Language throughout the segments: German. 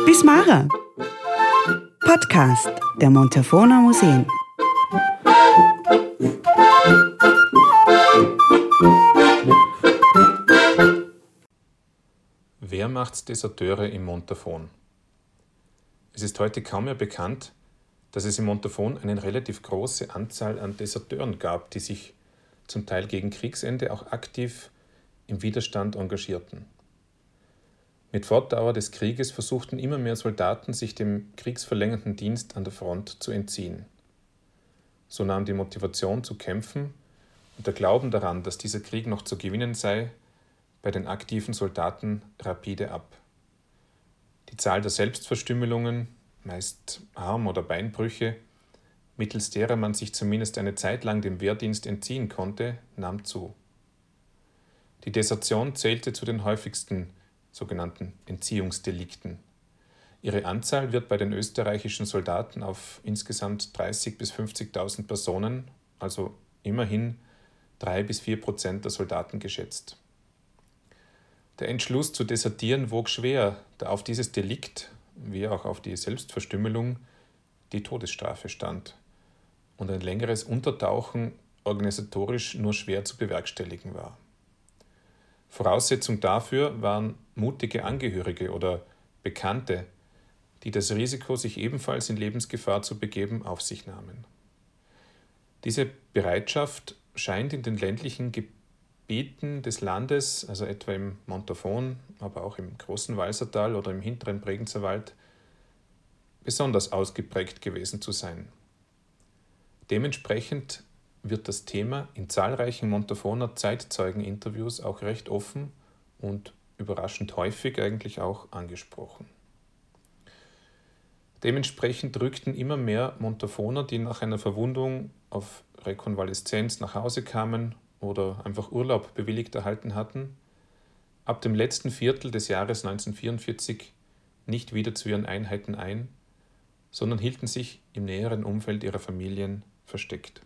Bis Mara! Podcast der Montafoner Museen. Wehrmachtsdeserteure im Montafon. Es ist heute kaum mehr bekannt, dass es im Montafon eine relativ große Anzahl an Deserteuren gab, die sich zum Teil gegen Kriegsende auch aktiv im Widerstand engagierten. Mit Fortdauer des Krieges versuchten immer mehr Soldaten, sich dem kriegsverlängernden Dienst an der Front zu entziehen. So nahm die Motivation zu kämpfen und der Glauben daran, dass dieser Krieg noch zu gewinnen sei, bei den aktiven Soldaten rapide ab. Die Zahl der Selbstverstümmelungen, meist Arm- oder Beinbrüche, mittels derer man sich zumindest eine Zeit lang dem Wehrdienst entziehen konnte, nahm zu. Die Desertion zählte zu den häufigsten sogenannten Entziehungsdelikten. Ihre Anzahl wird bei den österreichischen Soldaten auf insgesamt 30.000 bis 50.000 Personen, also immerhin 3-4% der Soldaten geschätzt. Der Entschluss zu desertieren wog schwer, da auf dieses Delikt, wie auch auf die Selbstverstümmelung, die Todesstrafe stand und ein längeres Untertauchen organisatorisch nur schwer zu bewerkstelligen war. Voraussetzung dafür waren mutige Angehörige oder Bekannte, die das Risiko, sich ebenfalls in Lebensgefahr zu begeben, auf sich nahmen. Diese Bereitschaft scheint in den ländlichen Gebieten des Landes, also etwa im Montafon, aber auch im großen Walsertal oder im hinteren Bregenzerwald, Wald, besonders ausgeprägt gewesen zu sein. Dementsprechend wird das Thema in zahlreichen Montafoner Zeitzeugeninterviews auch recht offen und überraschend häufig eigentlich auch angesprochen. Dementsprechend rückten immer mehr Montafoner, die nach einer Verwundung auf Rekonvaleszenz nach Hause kamen oder einfach Urlaub bewilligt erhalten hatten, ab dem letzten Viertel des Jahres 1944 nicht wieder zu ihren Einheiten ein, sondern hielten sich im näheren Umfeld ihrer Familien versteckt.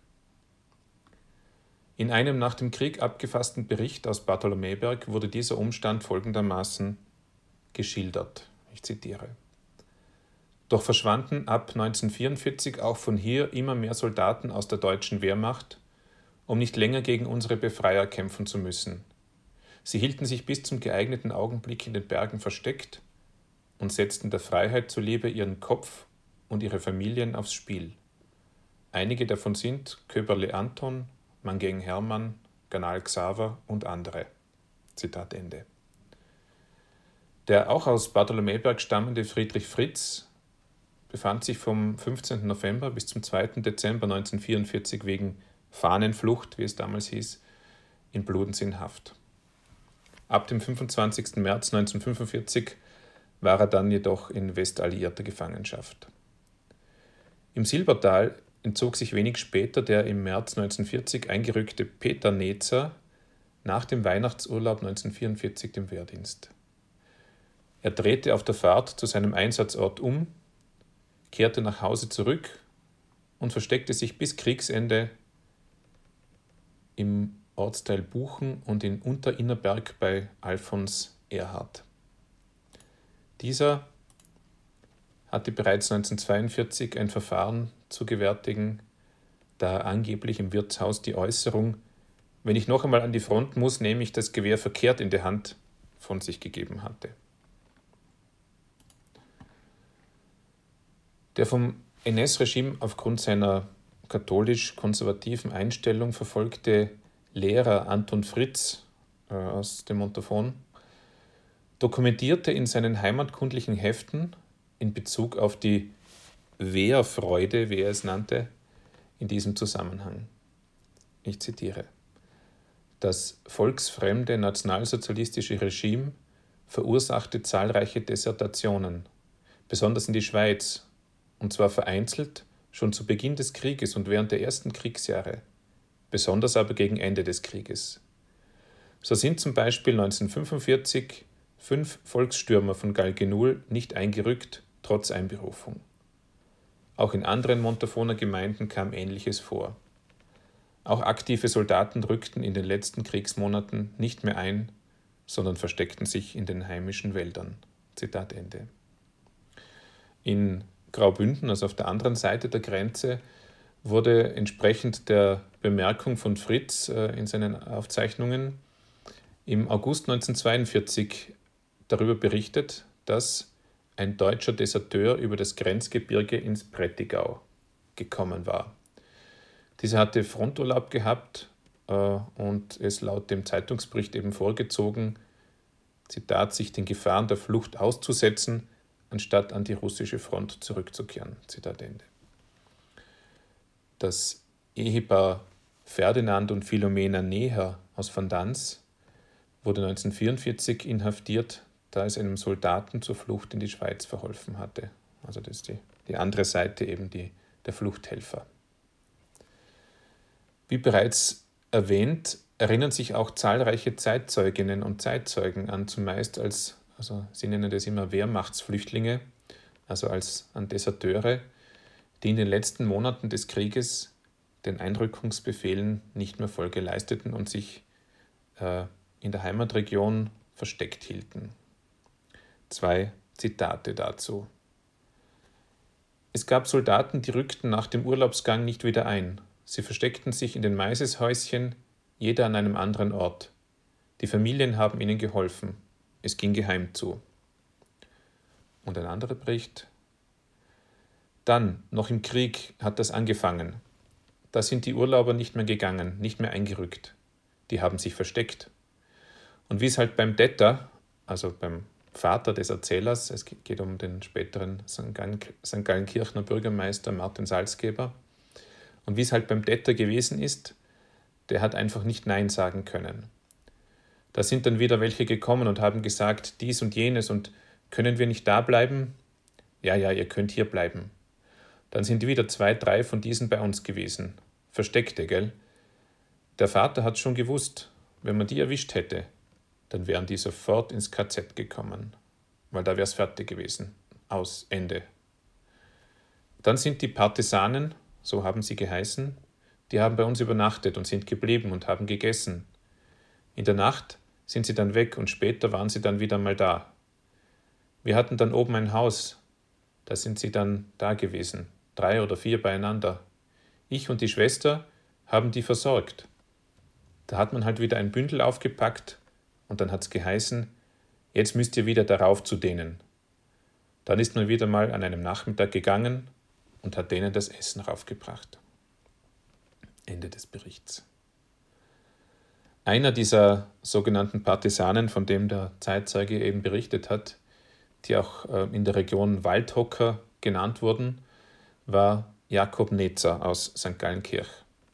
In einem nach dem Krieg abgefassten Bericht aus Bartholomäberg wurde dieser Umstand folgendermaßen geschildert. Ich zitiere: Doch verschwanden ab 1944 auch von hier immer mehr Soldaten aus der deutschen Wehrmacht, um nicht länger gegen unsere Befreier kämpfen zu müssen. Sie hielten sich bis zum geeigneten Augenblick in den Bergen versteckt und setzten der Freiheit zuliebe ihren Kopf und ihre Familien aufs Spiel. Einige davon sind Köberle Anton, Mangeng Hermann, Ganal Xaver und andere. Zitat Ende. Der auch aus Bartholomäberg stammende Friedrich Fritz befand sich vom 15. November bis zum 2. Dezember 1944 wegen Fahnenflucht, wie es damals hieß, in Bludenz in Haft. Ab dem 25. März 1945 war er dann jedoch in westalliierter Gefangenschaft. Im Silbertal entzog sich wenig später der im März 1940 eingerückte Peter Netzer nach dem Weihnachtsurlaub 1944 dem Wehrdienst. Er drehte auf der Fahrt zu seinem Einsatzort um, kehrte nach Hause zurück und versteckte sich bis Kriegsende im Ortsteil Buchen und in Unterinnerberg bei Alfons Erhard. Dieser hatte bereits 1942 ein Verfahren zu gewärtigen, da er angeblich im Wirtshaus die Äußerung, wenn ich noch einmal an die Front muss, nehme ich das Gewehr verkehrt in die Hand, von sich gegeben hatte. Der vom NS-Regime aufgrund seiner katholisch-konservativen Einstellung verfolgte Lehrer Anton Fritz aus dem Montafon dokumentierte in seinen heimatkundlichen Heften in Bezug auf die Wehrfreude, wie er es nannte, in diesem Zusammenhang. Ich zitiere: Das volksfremde nationalsozialistische Regime verursachte zahlreiche Desertationen, besonders in die Schweiz, und zwar vereinzelt schon zu Beginn des Krieges und während der ersten Kriegsjahre, besonders aber gegen Ende des Krieges. So sind zum Beispiel 1945 5 Volksstürmer von Galgenul nicht eingerückt, trotz Einberufung. Auch in anderen Montafoner Gemeinden kam Ähnliches vor. Auch aktive Soldaten rückten in den letzten Kriegsmonaten nicht mehr ein, sondern versteckten sich in den heimischen Wäldern. Zitat Ende. in Graubünden, also auf der anderen Seite der Grenze, wurde entsprechend der Bemerkung von Fritz in seinen Aufzeichnungen im August 1942 darüber berichtet, dass ein deutscher Deserteur über das Grenzgebirge ins Prättigau gekommen war. Dieser hatte Fronturlaub gehabt und es laut dem Zeitungsbericht eben vorgezogen, Zitat, sich den Gefahren der Flucht auszusetzen, anstatt an die russische Front zurückzukehren. Zitat Ende. Das Ehepaar Ferdinand und Philomena Neher aus Vandanz wurde 1944 inhaftiert, da es einem Soldaten zur Flucht in die Schweiz verholfen hatte. Also das ist die andere Seite eben der Fluchthelfer. Wie bereits erwähnt, erinnern sich auch zahlreiche Zeitzeuginnen und Zeitzeugen an zumeist also sie nennen das immer Wehrmachtsflüchtlinge, also an Deserteure, die in den letzten Monaten des Krieges den Einrückungsbefehlen nicht mehr Folge leisteten und sich in der Heimatregion versteckt hielten. 2 Zitate dazu. Es gab Soldaten, die rückten nach dem Urlaubsgang nicht wieder ein. Sie versteckten sich in den Maiseshäuschen, jeder an einem anderen Ort. Die Familien haben ihnen geholfen. Es ging geheim zu. Und ein anderer Bericht. Dann, noch im Krieg, hat das angefangen. Da sind die Urlauber nicht mehr gegangen, nicht mehr eingerückt. Die haben sich versteckt. Und wie es halt beim Detter, also beim Vater des Erzählers, es geht um den späteren St. Gallenkirchner Bürgermeister Martin Salzgeber, und wie es halt beim Detter gewesen ist, der hat einfach nicht Nein sagen können. Da sind dann wieder welche gekommen und haben gesagt, dies und jenes und können wir nicht da bleiben? Ja, ihr könnt hier bleiben. Dann sind wieder 2, 3 von diesen bei uns gewesen. Versteckte, gell? Der Vater hat schon gewusst, wenn man die erwischt hätte, dann wären die sofort ins KZ gekommen, weil da wäre es fertig gewesen. Aus, Ende. Dann sind die Partisanen, so haben sie geheißen, die haben bei uns übernachtet und sind geblieben und haben gegessen. In der Nacht sind sie dann weg und später waren sie dann wieder mal da. Wir hatten dann oben ein Haus, da sind sie dann da gewesen, 3 oder 4 beieinander. Ich und die Schwester haben die versorgt. Da hat man halt wieder ein Bündel aufgepackt und dann hat es geheißen, jetzt müsst ihr wieder darauf zu denen. Dann ist man wieder mal an einem Nachmittag gegangen und hat denen das Essen raufgebracht. Ende des Berichts. Einer dieser sogenannten Partisanen, von dem der Zeitzeuge eben berichtet hat, die auch in der Region Waldhocker genannt wurden, war Jakob Netzer aus St. Gallenkirch.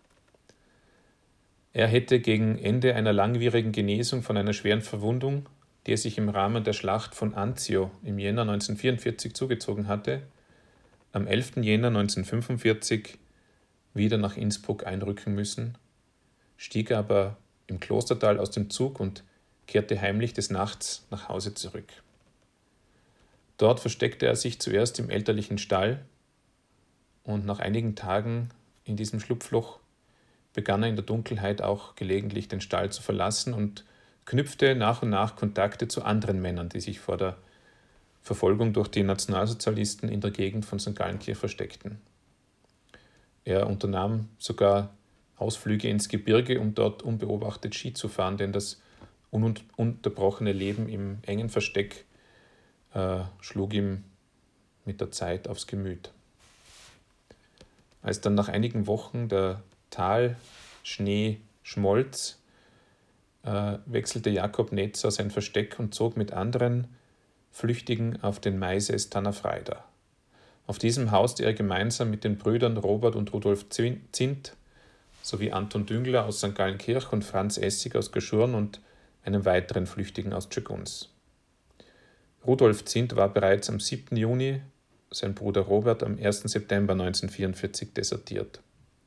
Er hätte gegen Ende einer langwierigen Genesung von einer schweren Verwundung, die er sich im Rahmen der Schlacht von Anzio im Jänner 1944 zugezogen hatte, am 11. Jänner 1945 wieder nach Innsbruck einrücken müssen, stieg aber im Klostertal aus dem Zug und kehrte heimlich des Nachts nach Hause zurück. Dort versteckte er sich zuerst im elterlichen Stall und nach einigen Tagen in diesem Schlupfloch begann er in der Dunkelheit auch gelegentlich den Stall zu verlassen und knüpfte nach und nach Kontakte zu anderen Männern, die sich vor der Verfolgung durch die Nationalsozialisten in der Gegend von St. Gallenkirch versteckten. Er unternahm sogar Ausflüge ins Gebirge, um dort unbeobachtet Ski zu fahren, denn das ununterbrochene Leben im engen Versteck schlug ihm mit der Zeit aufs Gemüt. Als dann nach einigen Wochen der Talschnee schmolz, wechselte Jakob Netzer sein Versteck und zog mit anderen Flüchtigen auf den Maises Tannafreida. Auf diesem hauste er gemeinsam mit den Brüdern Robert und Rudolf Zint sowie Anton Düngler aus St. Gallenkirch und Franz Essig aus Gaschurn und einem weiteren Flüchtigen aus Tscheguns. Rudolf Zint war bereits am 7. Juni, sein Bruder Robert am 1. September 1944 desertiert.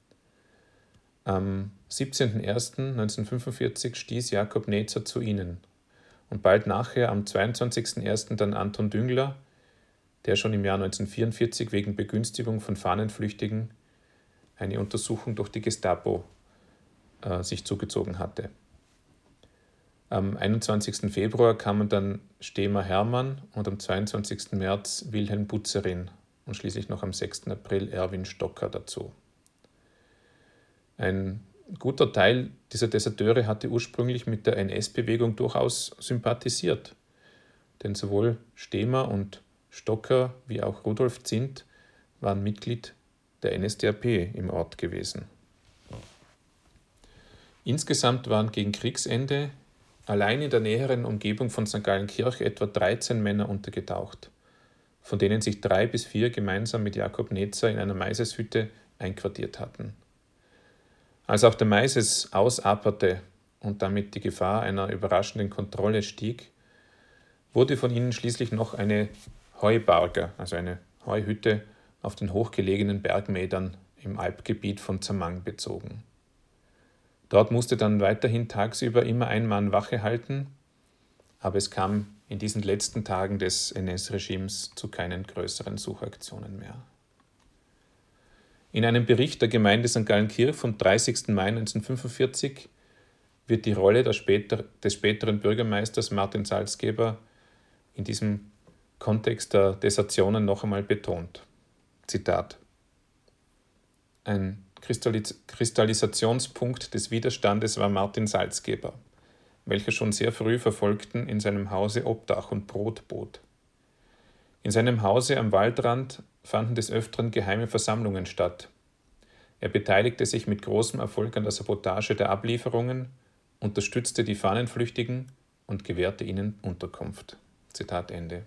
Am 17.01.1945 stieß Jakob Netzer zu ihnen und bald nachher am 22.01. dann Anton Düngler, der schon im Jahr 1944 wegen Begünstigung von Fahnenflüchtigen eine Untersuchung durch die Gestapo sich zugezogen hatte. Am 21. Februar kamen dann Stehmer Hermann und am 22. März Wilhelm Buzerin und schließlich noch am 6. April Erwin Stocker dazu. Ein guter Teil dieser Deserteure hatte ursprünglich mit der NS-Bewegung durchaus sympathisiert, denn sowohl Stehmer und Stocker wie auch Rudolf Zint waren Mitglied der NSDAP im Ort gewesen. Insgesamt waren gegen Kriegsende allein in der näheren Umgebung von St. Gallenkirch etwa 13 Männer untergetaucht, von denen sich 3 bis 4 gemeinsam mit Jakob Netzer in einer Maiseshütte einquartiert hatten. Als auch der Maises ausaperte und damit die Gefahr einer überraschenden Kontrolle stieg, wurde von ihnen schließlich noch eine Heubarger, also eine Heuhütte auf den hochgelegenen Bergmädern im Alpgebiet von Zamang bezogen. Dort musste dann weiterhin tagsüber immer ein Mann Wache halten, aber es kam in diesen letzten Tagen des NS-Regimes zu keinen größeren Suchaktionen mehr. In einem Bericht der Gemeinde St. Gallenkirch vom 30. Mai 1945 wird die Rolle des späteren Bürgermeisters Martin Salzgeber in diesem Kontext der Desertionen noch einmal betont. Zitat: Ein Kristallisationspunkt des Widerstandes war Martin Salzgeber, welcher schon sehr früh Verfolgten in seinem Hause Obdach und Brot bot. In seinem Hause am Waldrand fanden des Öfteren geheime Versammlungen statt. Er beteiligte sich mit großem Erfolg an der Sabotage der Ablieferungen, unterstützte die Fahnenflüchtigen und gewährte ihnen Unterkunft. Zitat Ende.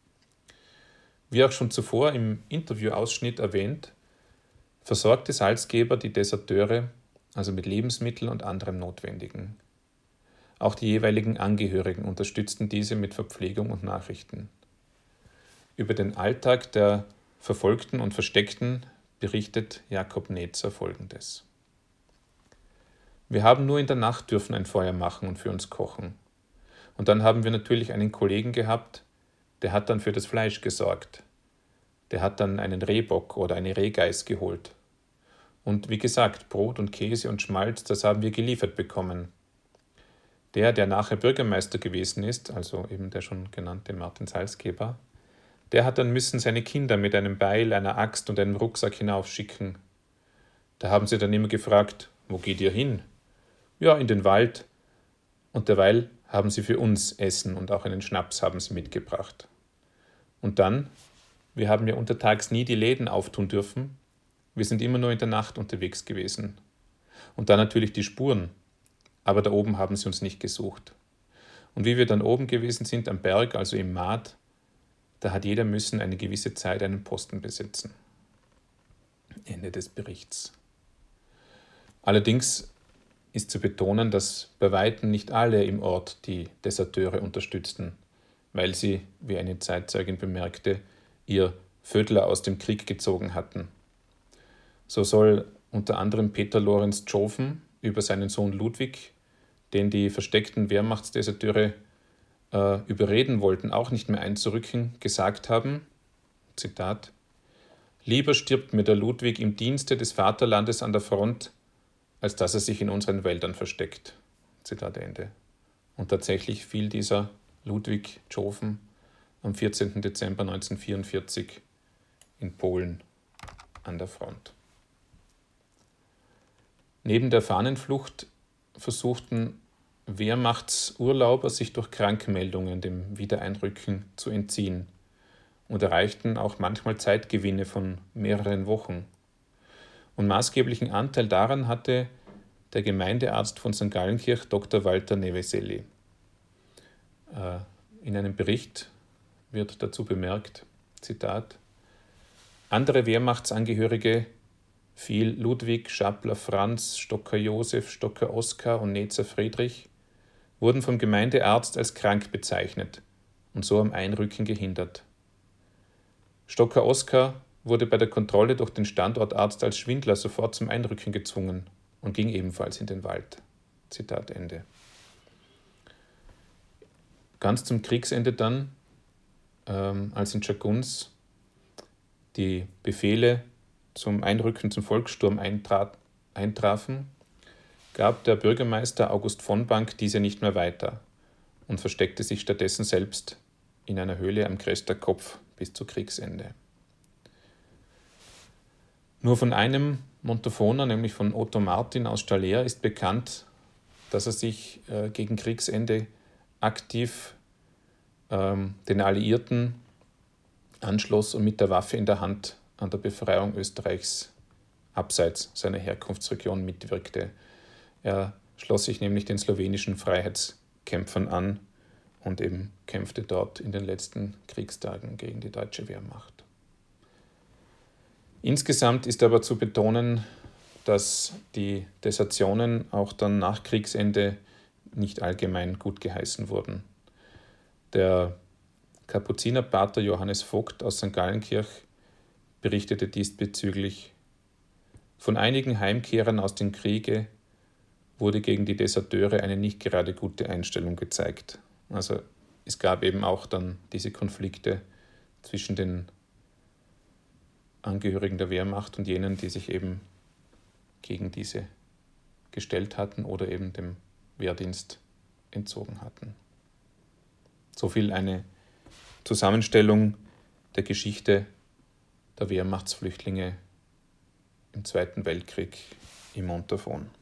Wie auch schon zuvor im Interviewausschnitt erwähnt, versorgte Salzgeber die Deserteure also mit Lebensmitteln und anderem Notwendigen. Auch die jeweiligen Angehörigen unterstützten diese mit Verpflegung und Nachrichten. Über den Alltag der Verfolgten und Versteckten berichtet Jakob Netzer Folgendes: Wir haben nur in der Nacht dürfen ein Feuer machen und für uns kochen. Und dann haben wir natürlich einen Kollegen gehabt, der hat dann für das Fleisch gesorgt. Der hat dann einen Rehbock oder eine Rehgeiß geholt. Und wie gesagt, Brot und Käse und Schmalz, das haben wir geliefert bekommen. Der nachher Bürgermeister gewesen ist, also eben der schon genannte Martin Salzgeber, der hat dann müssen seine Kinder mit einem Beil, einer Axt und einem Rucksack hinaufschicken. Da haben sie dann immer gefragt, wo geht ihr hin? Ja, in den Wald. Und derweil haben sie für uns Essen und auch einen Schnaps haben sie mitgebracht. Und dann, wir haben ja untertags nie die Läden auftun dürfen, wir sind immer nur in der Nacht unterwegs gewesen. Und dann natürlich die Spuren, aber da oben haben sie uns nicht gesucht. Und wie wir dann oben gewesen sind am Berg, also im Maat, da hat jeder müssen eine gewisse Zeit einen Posten besetzen. Ende des Berichts. Allerdings ist zu betonen, dass bei Weitem nicht alle im Ort die Deserteure unterstützten, weil sie, wie eine Zeitzeugin bemerkte, ihr Vödler aus dem Krieg gezogen hatten. So soll unter anderem Peter Lorenz Tschofen über seinen Sohn Ludwig, den die versteckten Wehrmachtsdeserteure überreden wollten, auch nicht mehr einzurücken, gesagt haben, Zitat: Lieber stirbt mir der Ludwig im Dienste des Vaterlandes an der Front, als dass er sich in unseren Wäldern versteckt. Zitat Ende. Und tatsächlich fiel dieser Ludwig Tschofen am 14. Dezember 1944 in Polen an der Front. Neben der Fahnenflucht versuchten Wehrmachtsurlauber sich durch Krankmeldungen dem Wiedereinrücken zu entziehen und erreichten auch manchmal Zeitgewinne von mehreren Wochen. Und maßgeblichen Anteil daran hatte der Gemeindearzt von St. Gallenkirch, Dr. Walter Neveselli. In einem Bericht wird dazu bemerkt, Zitat: Andere Wehrmachtsangehörige, viel Ludwig, Schappler Franz, Stocker Josef, Stocker Oskar und Netzer Friedrich, wurden vom Gemeindearzt als krank bezeichnet und so am Einrücken gehindert. Stocker Oskar wurde bei der Kontrolle durch den Standortarzt als Schwindler sofort zum Einrücken gezwungen und ging ebenfalls in den Wald. Zitat Ende. Ganz zum Kriegsende dann, als in Tschagunz die Befehle zum Einrücken zum Volkssturm eintrafen, gab der Bürgermeister August von Bank diese nicht mehr weiter und versteckte sich stattdessen selbst in einer Höhle am Crester Kopf bis zu Kriegsende. Nur von einem Montafona, nämlich von Otto Martin aus Steyr, ist bekannt, dass er sich gegen Kriegsende aktiv den Alliierten anschloss und mit der Waffe in der Hand an der Befreiung Österreichs abseits seiner Herkunftsregion mitwirkte. Er schloss sich nämlich den slowenischen Freiheitskämpfern an und eben kämpfte dort in den letzten Kriegstagen gegen die deutsche Wehrmacht. Insgesamt ist aber zu betonen, dass die Desertionen auch dann nach Kriegsende nicht allgemein gut geheißen wurden. Der Kapuzinerpater Johannes Vogt aus St. Gallenkirch berichtete diesbezüglich: Von einigen Heimkehrern aus dem Kriege wurde gegen die Deserteure eine nicht gerade gute Einstellung gezeigt. Also es gab eben auch dann diese Konflikte zwischen den Angehörigen der Wehrmacht und jenen, die sich eben gegen diese gestellt hatten oder eben dem Wehrdienst entzogen hatten. So viel eine Zusammenstellung der Geschichte der Wehrmachtsflüchtlinge im Zweiten Weltkrieg im Montafon.